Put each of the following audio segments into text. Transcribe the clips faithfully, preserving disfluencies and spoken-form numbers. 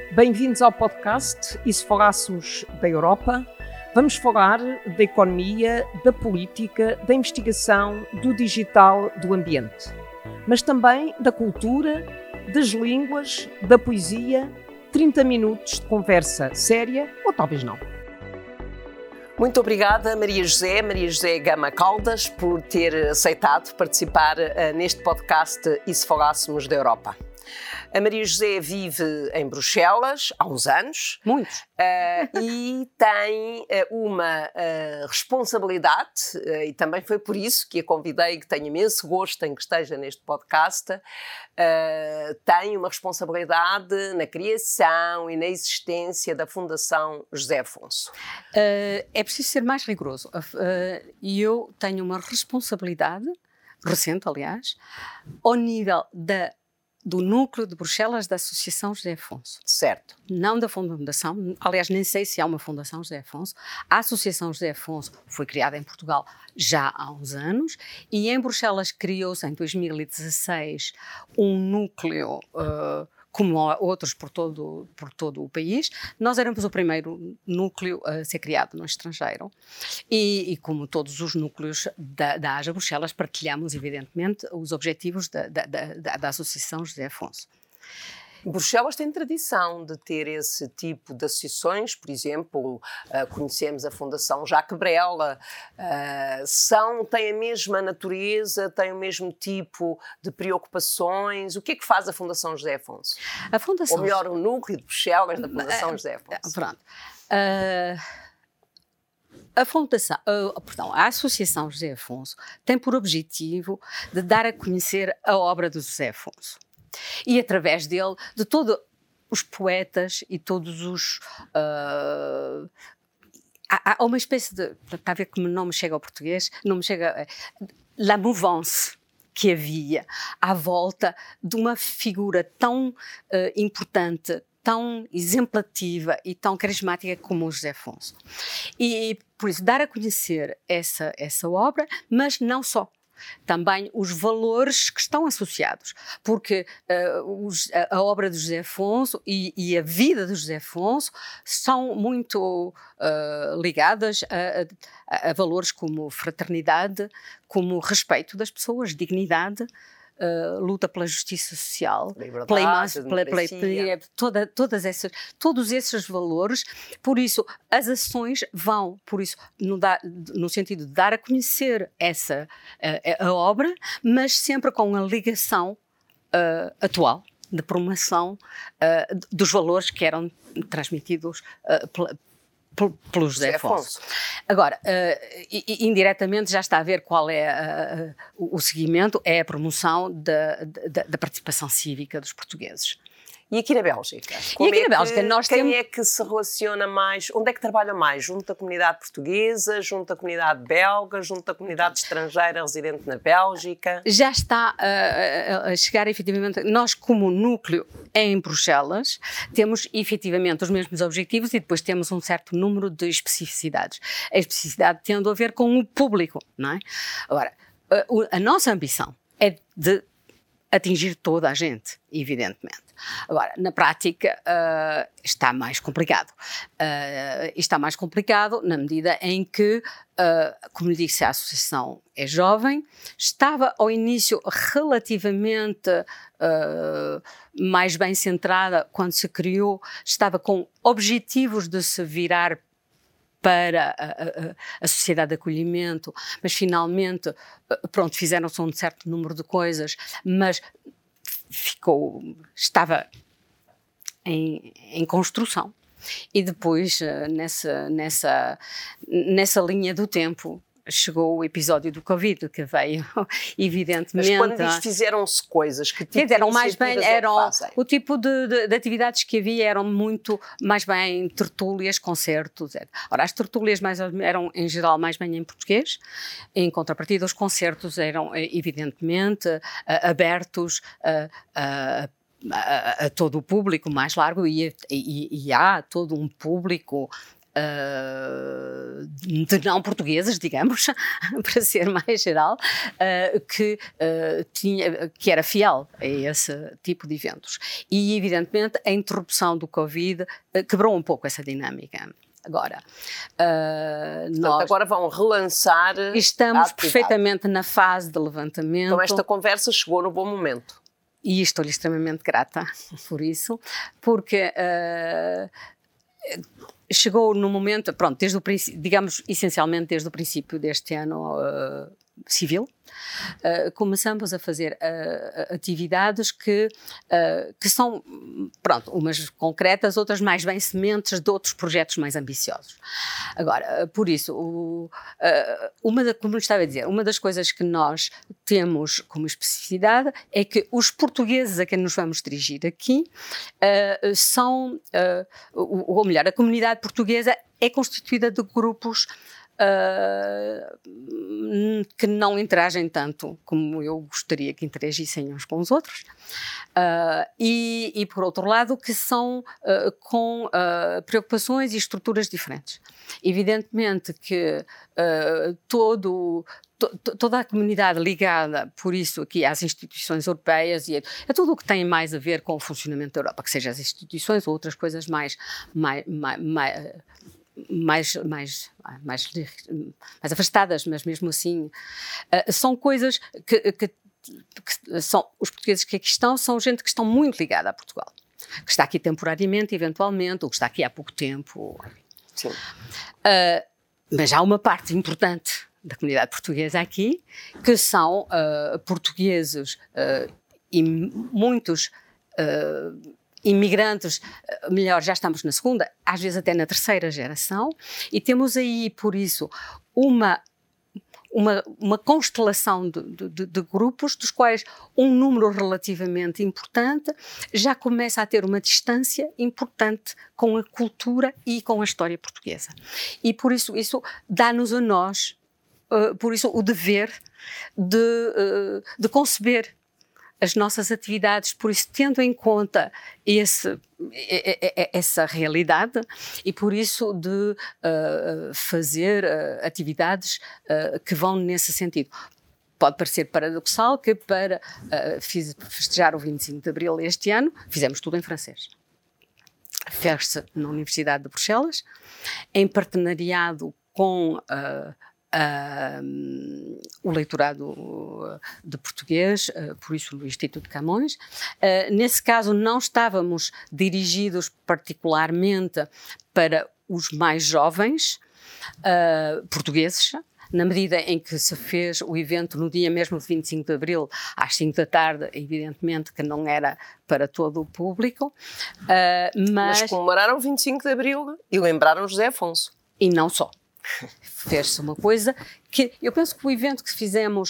Bem-vindos ao podcast E se falássemos da Europa? Vamos falar da economia, da política, da investigação, do digital, do ambiente. Mas também da cultura, das línguas, da poesia. trinta minutos de conversa séria, ou talvez não. Muito obrigada, Maria José, Maria José Gama Caldas, por ter aceitado participar uh, neste podcast E se falássemos da Europa. A Maria José vive em Bruxelas há uns anos. Muitos. Uh, e tem uh, uma uh, responsabilidade, uh, e também foi por isso que a convidei, que tenho imenso gosto em que esteja neste podcast, uh, tem uma responsabilidade na criação e na existência da Fundação José Afonso. Uh, é preciso ser mais rigoroso. Uh, e eu tenho uma responsabilidade, recente aliás, ao nível da do núcleo de Bruxelas da Associação José Afonso. Certo. Não da fundação, aliás, nem sei se há uma Fundação José Afonso. A Associação José Afonso foi criada em Portugal já há uns anos e em Bruxelas criou-se em dois mil e dezasseis um núcleo, uh, como outros por todo, por todo o país. Nós éramos o primeiro núcleo a ser criado no estrangeiro e, e como todos os núcleos da, da AJA Bruxelas, partilhamos, evidentemente, os objetivos da, da, da, da Associação José Afonso. Bruxelas tem tradição de ter esse tipo de associações, por exemplo, uh, conhecemos a Fundação Jacques Brel, uh, são, têm a mesma natureza, têm o mesmo tipo de preocupações. O que é que faz a Fundação José Afonso? A Fundação... Ou melhor, o núcleo de Bruxelas da Fundação José Afonso. Pronto. Uh... A Fundação, uh, perdão, a Associação José Afonso tem por objetivo de dar a conhecer a obra de José Afonso. E através dele, de todos os poetas e todos os... Uh, há, há uma espécie de... Está a ver como não me chega ao português? Não me chega... La mouvance que havia à volta de uma figura tão uh, importante, tão exemplativa e tão carismática como o José Afonso. E, por isso, dar a conhecer essa, essa obra, mas não só. Também os valores que estão associados, porque uh, os, a, a obra de José Afonso e, e a vida de José Afonso são muito uh, ligadas a, a, a valores como fraternidade, como respeito das pessoas, dignidade, Uh, luta pela justiça social, liberdade, pela, pela, pela, toda, todas essas, todos esses valores. Por isso, as ações vão, por isso, no, da, no sentido de dar a conhecer essa, uh, a obra, mas sempre com a ligação uh, atual, de promoção uh, dos valores que eram transmitidos uh, pela pelo José Afonso. Agora, uh, indiretamente já está a ver qual é uh, o seguimento, é a promoção da, da, da participação cívica dos portugueses. E aqui na Bélgica? Como e aqui é na Bélgica que, nós quem temos... é que se relaciona mais? Onde é que trabalha mais? Junto à comunidade portuguesa, junto à comunidade belga, junto à comunidade estrangeira residente na Bélgica? Já está uh, a chegar efetivamente... Nós, como núcleo em Bruxelas, temos efetivamente os mesmos objetivos e depois temos um certo número de especificidades. A especificidade tendo a ver com o público, não é? Agora, a, a nossa ambição é de atingir toda a gente, evidentemente. Agora, na prática, uh, está mais complicado. Uh, está mais complicado na medida em que, uh, como lhe disse, a associação é jovem, estava ao início relativamente uh, mais bem centrada quando se criou, estava com objetivos de se virar para a, a, a sociedade de acolhimento, mas finalmente, pronto, fizeram-se um certo número de coisas, mas ficou, estava em, em construção. E depois, nessa, nessa, nessa linha do tempo, chegou o episódio do Covid, que veio, evidentemente... Mas quando diz fizeram-se coisas, que tipo eram mais bem, eram é o tipo de, de, de atividades que havia eram muito mais bem tertúlias, concertos. Ora, as tertúlias mais, eram em geral mais bem em português, em contrapartida os concertos eram evidentemente abertos a, a A, a, a todo o público mais largo e, e, e há todo um público uh, de não portugueses, digamos, para ser mais geral, uh, que, uh, tinha, que era fiel a esse tipo de eventos. E, evidentemente, a interrupção do Covid uh, quebrou um pouco essa dinâmica. Agora, uh, Portanto, nós agora vão relançar. Estamos perfeitamente na fase de levantamento. Então esta conversa chegou no bom momento. E estou-lhe extremamente grata por isso, porque uh, chegou no momento, pronto, desde o princípio, digamos, essencialmente desde o princípio deste ano uh, civil, uh, começamos a fazer uh, atividades que, uh, que são, pronto, umas concretas, outras mais bem sementes de outros projetos mais ambiciosos. Agora, uh, por isso, o, uh, uma da, como eu estava a dizer, uma das coisas que nós temos como especificidade é que os portugueses a quem nos vamos dirigir aqui uh, são, uh, ou melhor, a comunidade portuguesa é constituída de grupos Uh, que não interagem tanto como eu gostaria que interagissem uns com os outros, uh, e, e por outro lado que são uh, com uh, preocupações e estruturas diferentes. Evidentemente que uh, todo toda a comunidade ligada, por isso, aqui às instituições europeias e a, a tudo o que tem mais a ver com o funcionamento da Europa, que seja as instituições ou outras coisas mais, mais, mais, mais Mais, mais, mais, mais afastadas, mas mesmo assim uh, são coisas que, que, que são, os portugueses que aqui estão são gente que estão muito ligada a Portugal, que está aqui temporariamente, eventualmente, ou que está aqui há pouco tempo. Sim. Uh, mas há uma parte importante da comunidade portuguesa aqui, que são uh, portugueses uh, e muitos uh, imigrantes, melhor, já estamos na segunda, às vezes até na terceira geração, e temos aí, por isso, uma, uma, uma constelação de, de, de grupos, dos quais um número relativamente importante já começa a ter uma distância importante com a cultura e com a história portuguesa. E por isso, isso dá-nos a nós, uh, por isso, o dever de, uh, de conceber as nossas atividades, por isso tendo em conta esse, essa realidade e por isso de uh, fazer uh, atividades uh, que vão nesse sentido. Pode parecer paradoxal que para uh, festejar o vinte e cinco de Abril este ano, fizemos tudo em francês. Fez-se na Universidade de Bruxelas, em partenariado com uh, Uh, o leitorado de português, uh, por isso no Instituto Camões. Uh, nesse caso não estávamos dirigidos particularmente para os mais jovens uh, portugueses, na medida em que se fez o evento no dia mesmo de vinte e cinco de Abril, às cinco da tarde, evidentemente que não era para todo o público. Uh, mas... mas comemoraram o vinte e cinco de Abril e lembraram José Afonso. E não só. Fez-se uma coisa que eu penso que o evento que fizemos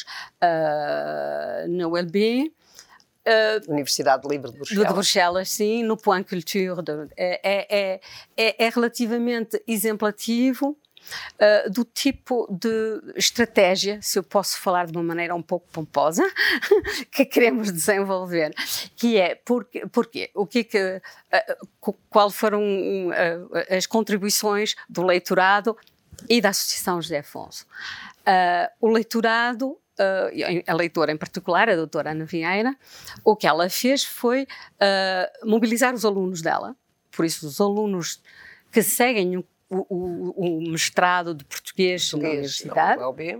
uh, na U L B, uh, Universidade Livre de Bruxelas, de Bruxelas, sim, no Point Culture, de, é, é, é, é relativamente exemplativo uh, do tipo de estratégia, se eu posso falar de uma maneira um pouco pomposa, que queremos desenvolver, que é porque, porque o que é que, uh, qual foram uh, as contribuições do leitorado e da Associação José Afonso. Uh, o leitorado, uh, a leitora em particular, a doutora Ana Vieira, o que ela fez foi uh, mobilizar os alunos dela, por isso os alunos que seguem o, o, o mestrado de português, português na universidade, U L B. Uh,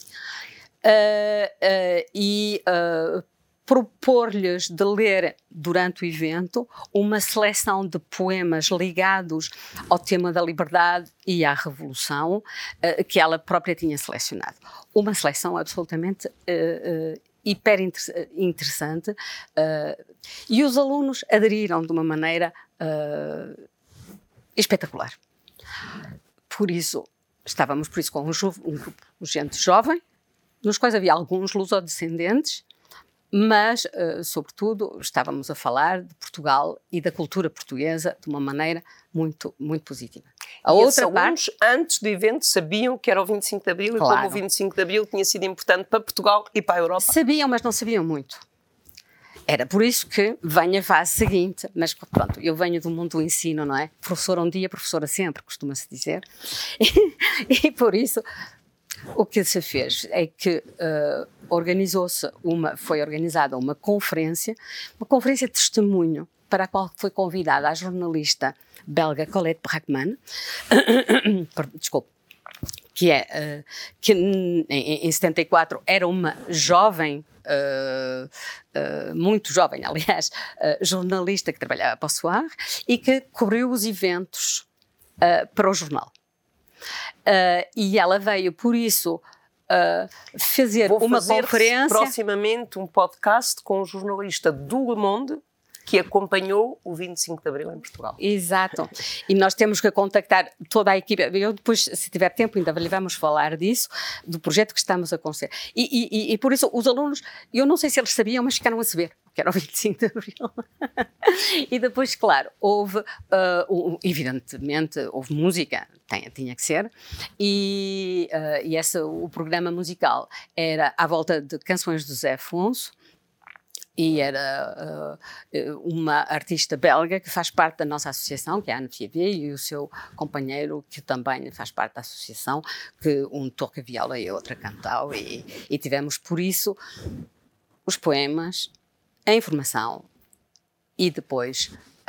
uh, e uh, propor-lhes de ler durante o evento uma seleção de poemas ligados ao tema da liberdade e à revolução uh, que ela própria tinha selecionado. Uma seleção absolutamente uh, uh, hiper interessante uh, e os alunos aderiram de uma maneira uh, espetacular. Por isso, estávamos por isso com um, um grupo de gente jovem, nos quais havia alguns lusodescendentes, mas, uh, sobretudo, estávamos a falar de Portugal e da cultura portuguesa de uma maneira muito, muito positiva. A e outra parte, antes do evento, sabiam que era o vinte e cinco de Abril, claro, e como o vinte e cinco de Abril tinha sido importante para Portugal e para a Europa? Sabiam, mas não sabiam muito. Era por isso que vem a fase seguinte, mas pronto, eu venho do mundo do ensino, não é? Professora um dia, professora sempre, costuma-se dizer. E, e por isso, o que se fez é que uh, organizou-se uma, foi organizada uma conferência, uma conferência de testemunho, para a qual foi convidada a jornalista belga Colette Braeckman, desculpe, que é, uh, que em, em setenta e quatro era uma jovem, Uh, uh, muito jovem, aliás, uh, jornalista que trabalhava para o Soir e que cobriu os eventos uh, para o jornal. Uh, e ela veio, por isso, uh, fazer Vou uma fazer conferência. Proximamente um podcast com um jornalista do Le Monde que acompanhou o vinte e cinco de Abril em Portugal. Exato. E nós temos que contactar toda a equipe. Eu depois, se tiver tempo, ainda lhe vamos falar disso, do projeto que estamos a construir. E, e, e por isso, os alunos, eu não sei se eles sabiam, mas ficaram a saber que era o vinte e cinco de Abril. E depois, claro, houve, uh, evidentemente, houve música, tem, tinha que ser, e, uh, e esse, o programa musical era à volta de canções do Zé Afonso, e era uh, uma artista belga que faz parte da nossa associação, que é a Anne Fiavet, e o seu companheiro, que também faz parte da associação, que um toca viola e outra cantau, e, e tivemos, por isso, os poemas, a informação e depois,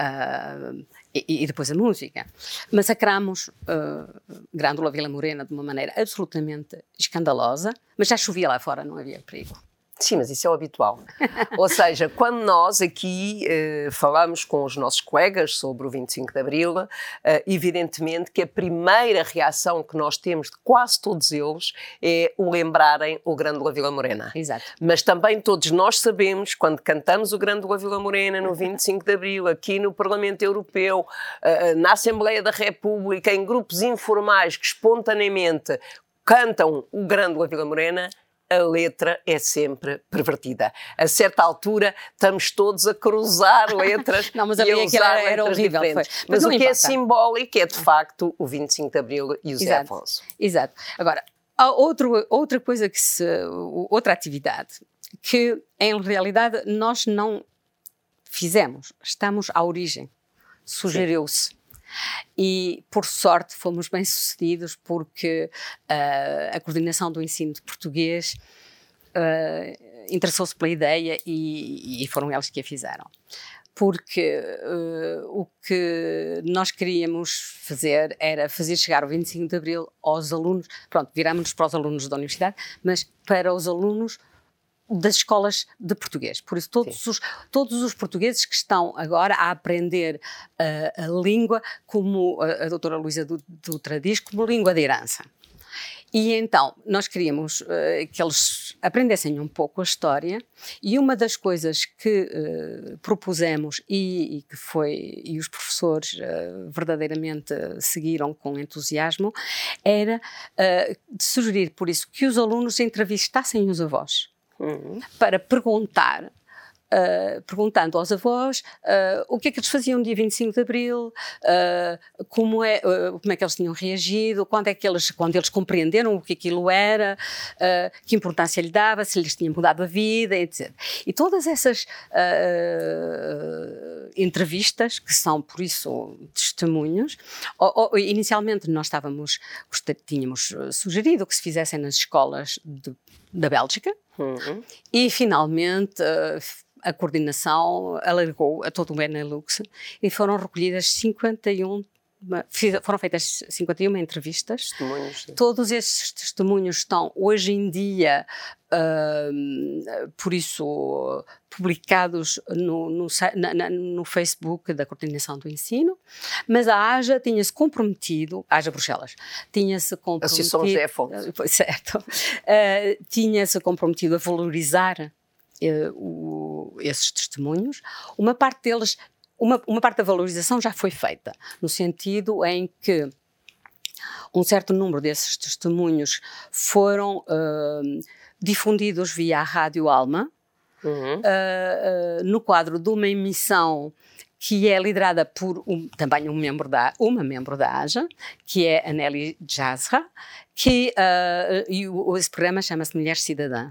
uh, e, e depois a música. Massacramos uh, Grândola Vila Morena de uma maneira absolutamente escandalosa, mas já chovia lá fora, não havia perigo. Sim, mas isso é o habitual. Ou seja, quando nós aqui eh, falamos com os nossos colegas sobre o vinte e cinco de Abril, eh, evidentemente que a primeira reação que nós temos de quase todos eles é o lembrarem o Grândola Vila Morena. Exato. Mas também todos nós sabemos, quando cantamos o Grândola Vila Morena no vinte e cinco de Abril, aqui no Parlamento Europeu, eh, na Assembleia da República, em grupos informais que espontaneamente cantam o Grândola Vila Morena, a letra é sempre pervertida. A certa altura estamos todos a cruzar letras não, mas e a ali usar era, era letras horrível, diferentes. foi. Mas, mas o que importa. é simbólico é, de facto, o vinte e cinco de Abril e o Zé Exato. Afonso. Exato. Agora, há outro, outra coisa que se... outra atividade que, em realidade, nós não fizemos. Estamos à origem. Sugeriu-se. E, por sorte, fomos bem-sucedidos porque uh, a coordenação do ensino de português uh, interessou-se pela ideia e, e foram eles que a fizeram. Porque uh, o que nós queríamos fazer era fazer chegar o vinte e cinco de Abril aos alunos, pronto, virámos-nos para os alunos da universidade, mas para os alunos das escolas de português. Por isso, todos os, todos os portugueses que estão agora a aprender uh, a língua, como a, a doutora Luísa Dutra diz, como língua de herança. E então, nós queríamos uh, que eles aprendessem um pouco a história, e uma das coisas que uh, propusemos e, e que foi, e os professores uh, verdadeiramente seguiram com entusiasmo, era uh, de sugerir, por isso, que os alunos entrevistassem os avós. Uhum. Para perguntar, uh, perguntando aos avós uh, o que é que eles faziam no dia vinte e cinco de Abril, uh, como, é, uh, como é que eles tinham reagido, quando é que eles, quando eles compreenderam o que aquilo era, uh, que importância lhe dava, se lhes tinha mudado a vida, etcétera. E todas essas uh, entrevistas, que são, por isso, testemunhos, ou, ou, inicialmente nós estávamos, tínhamos sugerido que se fizessem nas escolas de, da Bélgica. Uhum. E finalmente uh, a coordenação alargou a todo o Benelux e foram recolhidas cinquenta e um, foram feitas cinquenta e uma entrevistas. Testemunhos. Sim. Todos esses testemunhos estão hoje em dia, uh, por isso, publicados no, no, na, no Facebook da Coordenação do Ensino, mas a AJA tinha-se comprometido, AJA Bruxelas, tinha-se comprometido... Associação José Afonso. Certo. Uh, tinha-se comprometido a valorizar uh, o, esses testemunhos. Uma parte deles... Uma, uma parte da valorização já foi feita, no sentido em que um certo número desses testemunhos foram uh, difundidos via a Rádio Alma, uhum. uh, uh, no quadro de uma emissão que é liderada por um, também um membro da, uma membro da AJA, que é a Nelly Jazra, que, uh, e o, esse programa chama-se Mulheres Cidadãs.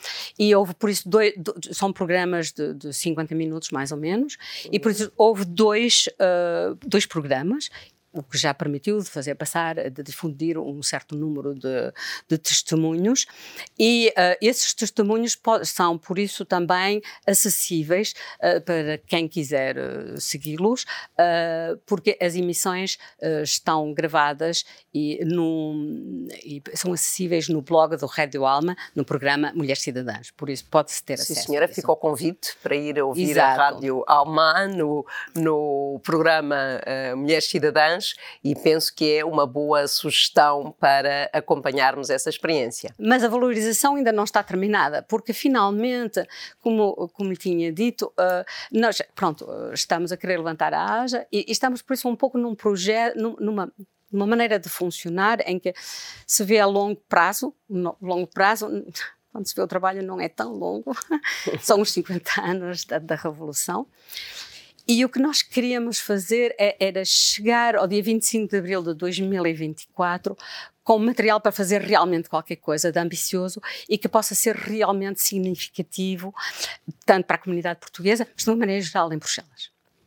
E houve, por isso, dois, dois, são programas de, de cinquenta minutos, mais ou menos, e por isso houve dois, uh, dois programas, o que já permitiu de fazer passar, de difundir um certo número de, de testemunhos, e uh, esses testemunhos são, por isso, também acessíveis uh, para quem quiser uh, segui-los, uh, porque as emissões uh, estão gravadas e, no, e são acessíveis no blog do Rádio Alma, no programa Mulheres Cidadãs, por isso pode-se ter acesso. Sim, senhora, fica o convite para ir ouvir Exato. a Rádio Alma no, no programa uh, Mulheres Cidadãs, e penso que é uma boa sugestão para acompanharmos essa experiência. Mas a valorização ainda não está terminada, porque finalmente, como, como lhe tinha dito, uh, nós, pronto, estamos a querer levantar a AJA e, e estamos por isso um pouco num projeto, numa, numa maneira de funcionar em que se vê a longo prazo, no longo prazo, quando se vê o trabalho não é tão longo, são os cinquenta anos da, da Revolução. E o que nós queríamos fazer era chegar ao dia vinte e cinco de abril de dois mil e vinte e quatro com material para fazer realmente qualquer coisa de ambicioso e que possa ser realmente significativo, tanto para a comunidade portuguesa, mas de uma maneira geral em Bruxelas.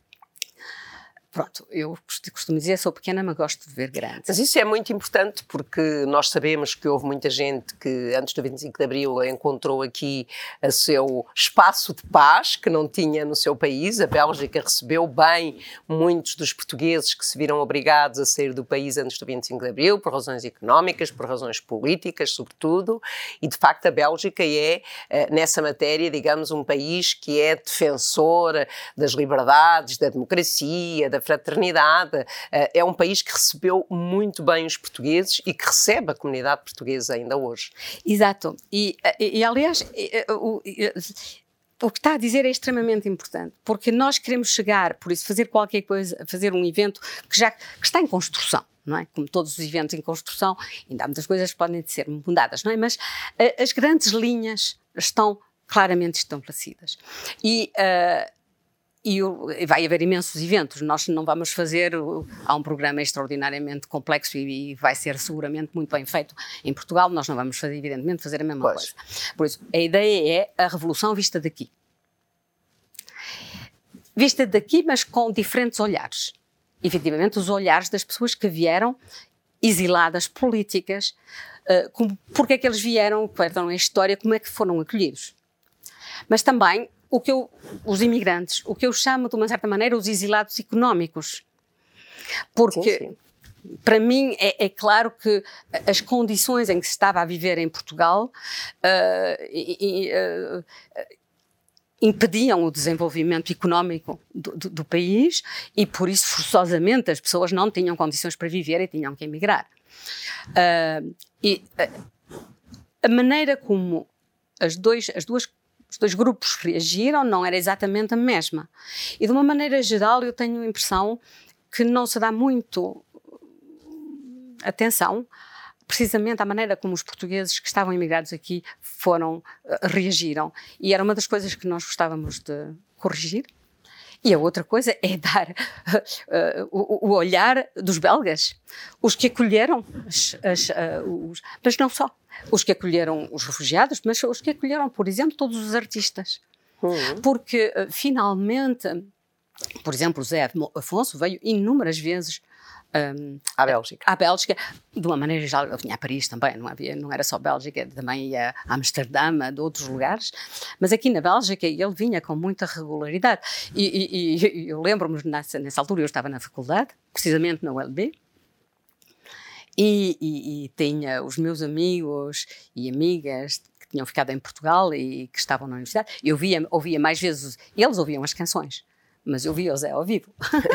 Pronto, eu costumo dizer, sou pequena, mas gosto de ver grande. Mas isso é muito importante porque nós sabemos que houve muita gente que antes do vinte e cinco de abril encontrou aqui o seu espaço de paz, que não tinha no seu país. A Bélgica recebeu bem muitos dos portugueses que se viram obrigados a sair do país antes do vinte e cinco de abril, por razões económicas, por razões políticas, sobretudo, e de facto a Bélgica é, nessa matéria, digamos, um país que é defensor das liberdades, da democracia, da fraternidade. É um país que recebeu muito bem os portugueses e que recebe a comunidade portuguesa ainda hoje. Exato. E, e, e aliás, o, o que está a dizer é extremamente importante, porque nós queremos chegar, por isso, fazer qualquer coisa, fazer um evento que já que está em construção. Não é? Como todos os eventos em construção, ainda há muitas coisas que podem ser mudadas, não é? Mas uh, as grandes linhas estão claramente estabelecidas. E uh, E vai haver imensos eventos, nós não vamos fazer, há um programa extraordinariamente complexo e vai ser seguramente muito bem feito em Portugal, nós não vamos fazer, evidentemente, fazer a mesma pois. coisa. Por isso, a ideia é a revolução vista daqui. Vista daqui, mas com diferentes olhares. Efetivamente, os olhares das pessoas que vieram exiladas políticas, uh, como, porque é que eles vieram, perdão, a história, como é que foram acolhidos. Mas também o que eu, os imigrantes, o que eu chamo, de uma certa maneira, os exilados económicos. Porque, sim, sim. Para mim, é, é claro que as condições em que se estava a viver em Portugal uh, e, e, uh, impediam o desenvolvimento económico do, do, do país e, por isso, forçosamente, as pessoas não tinham condições para viver e tinham que emigrar. Uh, e uh, a maneira como as, dois, as duas Os dois grupos reagiram não era exatamente a mesma. E, de uma maneira geral, eu tenho a impressão que não se dá muito atenção, precisamente à maneira como os portugueses que estavam imigrados aqui foram, reagiram. E era uma das coisas que nós gostávamos de corrigir. E a outra coisa é dar uh, uh, o, o olhar dos belgas, os que acolheram, as, as, uh, os, mas não só, os que acolheram os refugiados, mas os que acolheram, por exemplo, todos os artistas. Uhum. Porque, uh, finalmente, por exemplo, o Zé Afonso veio inúmeras vezes Um, à Bélgica. À Bélgica, de uma maneira geral, eu vinha a Paris também, não, havia, não era só Bélgica, também ia a Amsterdã, de outros lugares, mas aqui na Bélgica ele vinha com muita regularidade. E, e, e eu lembro-me, nessa, nessa altura, eu estava na faculdade, precisamente na U L B, e, e, e tinha os meus amigos e amigas que tinham ficado em Portugal e que estavam na universidade, eu via, ouvia mais vezes, eles ouviam as canções, mas eu via o Zé ao vivo.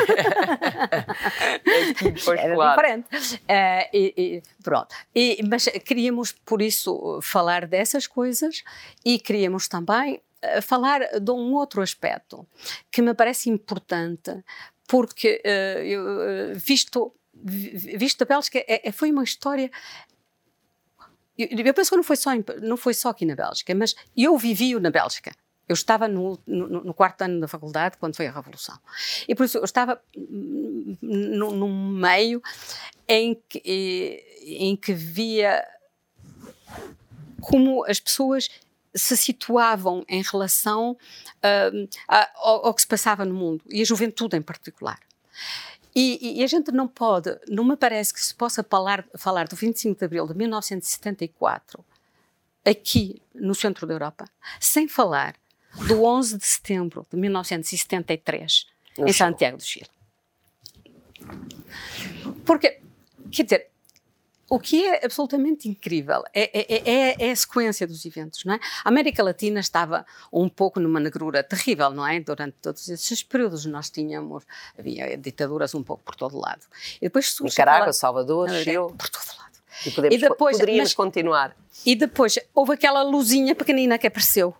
Era claro. Diferente. Uh, e, e, pronto. E, mas queríamos, por isso, falar dessas coisas e queríamos também uh, falar de um outro aspecto que me parece importante, porque, uh, eu, uh, visto, visto a Bélgica, é, é, foi uma história... Eu, eu penso que não foi, só em, não foi só aqui na Bélgica, mas eu vivi-o na Bélgica. Eu estava no, no, no quarto ano da faculdade quando foi a Revolução. E por isso eu estava num, num meio em que, em que via como as pessoas se situavam em relação uh, a, ao, ao que se passava no mundo, e a juventude em particular. E, e a gente não pode, não me parece que se possa falar, falar do vinte e cinco de Abril de mil novecentos e setenta e quatro, aqui no centro da Europa, sem falar do onze de setembro de mil novecentos e setenta e três, no em Santiago do Chile. Porque, quer dizer, o que é absolutamente incrível é, é, é, é a sequência dos eventos, não é? A América Latina estava um pouco numa negrura terrível, não é? Durante todos esses períodos nós tínhamos, havia ditaduras um pouco por todo lado. E depois Nicarágua, aquela, Salvador, Chile. Por todo lado. E, podemos, e depois, poderíamos mas, continuar. E depois houve aquela luzinha pequenina que apareceu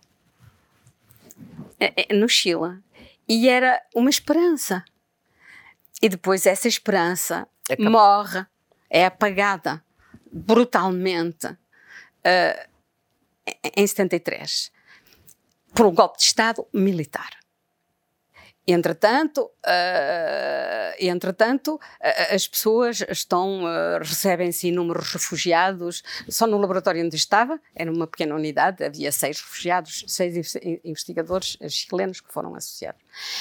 no Chile e era uma esperança. E depois essa esperança Acabou. morre, é apagada brutalmente uh, em setenta e três por um golpe de Estado militar. Entretanto, uh, entretanto uh, as pessoas estão, uh, recebem-se inúmeros refugiados. Só no laboratório onde estava, era uma pequena unidade, havia seis refugiados, seis investigadores chilenos que foram associados.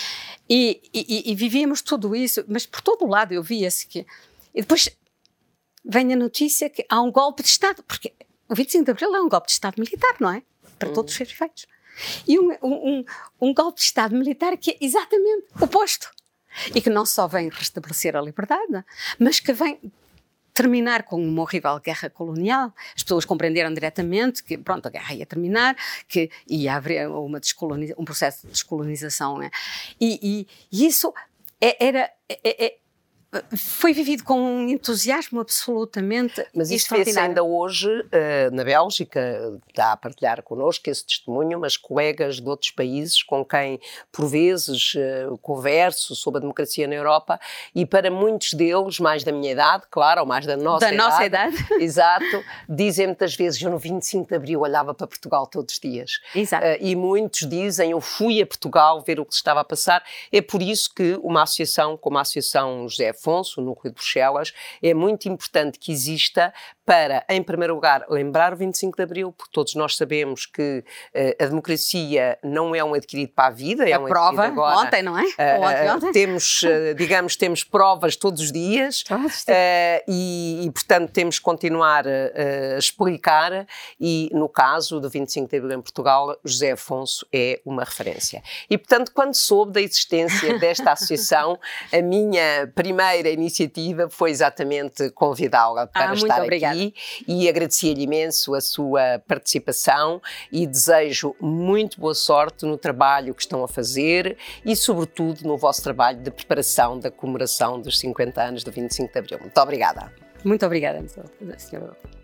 E, e, e vivíamos tudo isso, mas por todo o lado eu via-se que... E depois vem a notícia que há um golpe de Estado, porque o vinte e cinco de Abril é um golpe de Estado militar, não é? Para uhum. todos os seus efeitos. E um, um, um golpe de Estado militar que é exatamente oposto. E que não só vem restabelecer a liberdade, mas que vem terminar com uma horrível guerra colonial. As pessoas compreenderam diretamente que, pronto, a guerra ia terminar, que ia haver uma descoloniza- um processo de descolonização. Né? E, e, e isso é, era... É, é, foi vivido com um entusiasmo absolutamente Mas isto vê-se ainda hoje uh, na Bélgica, dá a partilhar connosco esse testemunho, mas colegas de outros países com quem por vezes uh, converso sobre a democracia na Europa, e para muitos deles, mais da minha idade, claro, ou mais da nossa da idade, nossa idade. Exato, dizem muitas vezes, eu no vinte e cinco de Abril olhava para Portugal todos os dias. Exato. Uh, e muitos dizem, eu fui a Portugal ver o que se estava a passar. É por isso que uma associação como a Associação José Afonso, o Núcleo de Bruxelas, é muito importante que exista para, em primeiro lugar, lembrar o vinte e cinco de Abril, porque todos nós sabemos que uh, a democracia não é um adquirido para a vida, é a um prova, adquirido agora. Ontem, não é? Uh, ontem, ontem. Temos, uh, digamos, temos provas todos os dias uh, e, e, portanto, temos que continuar uh, a explicar, e, no caso do vinte e cinco de Abril em Portugal, José Afonso é uma referência. E, portanto, quando soube da existência desta associação, a minha primeira iniciativa foi exatamente convidá-la para ah, estar obrigada. aqui, e agradecia-lhe imenso a sua participação e desejo muito boa sorte no trabalho que estão a fazer e, sobretudo, no vosso trabalho de preparação da comemoração dos cinquenta anos do vinte e cinco de Abril. Muito obrigada. Muito obrigada, senhora.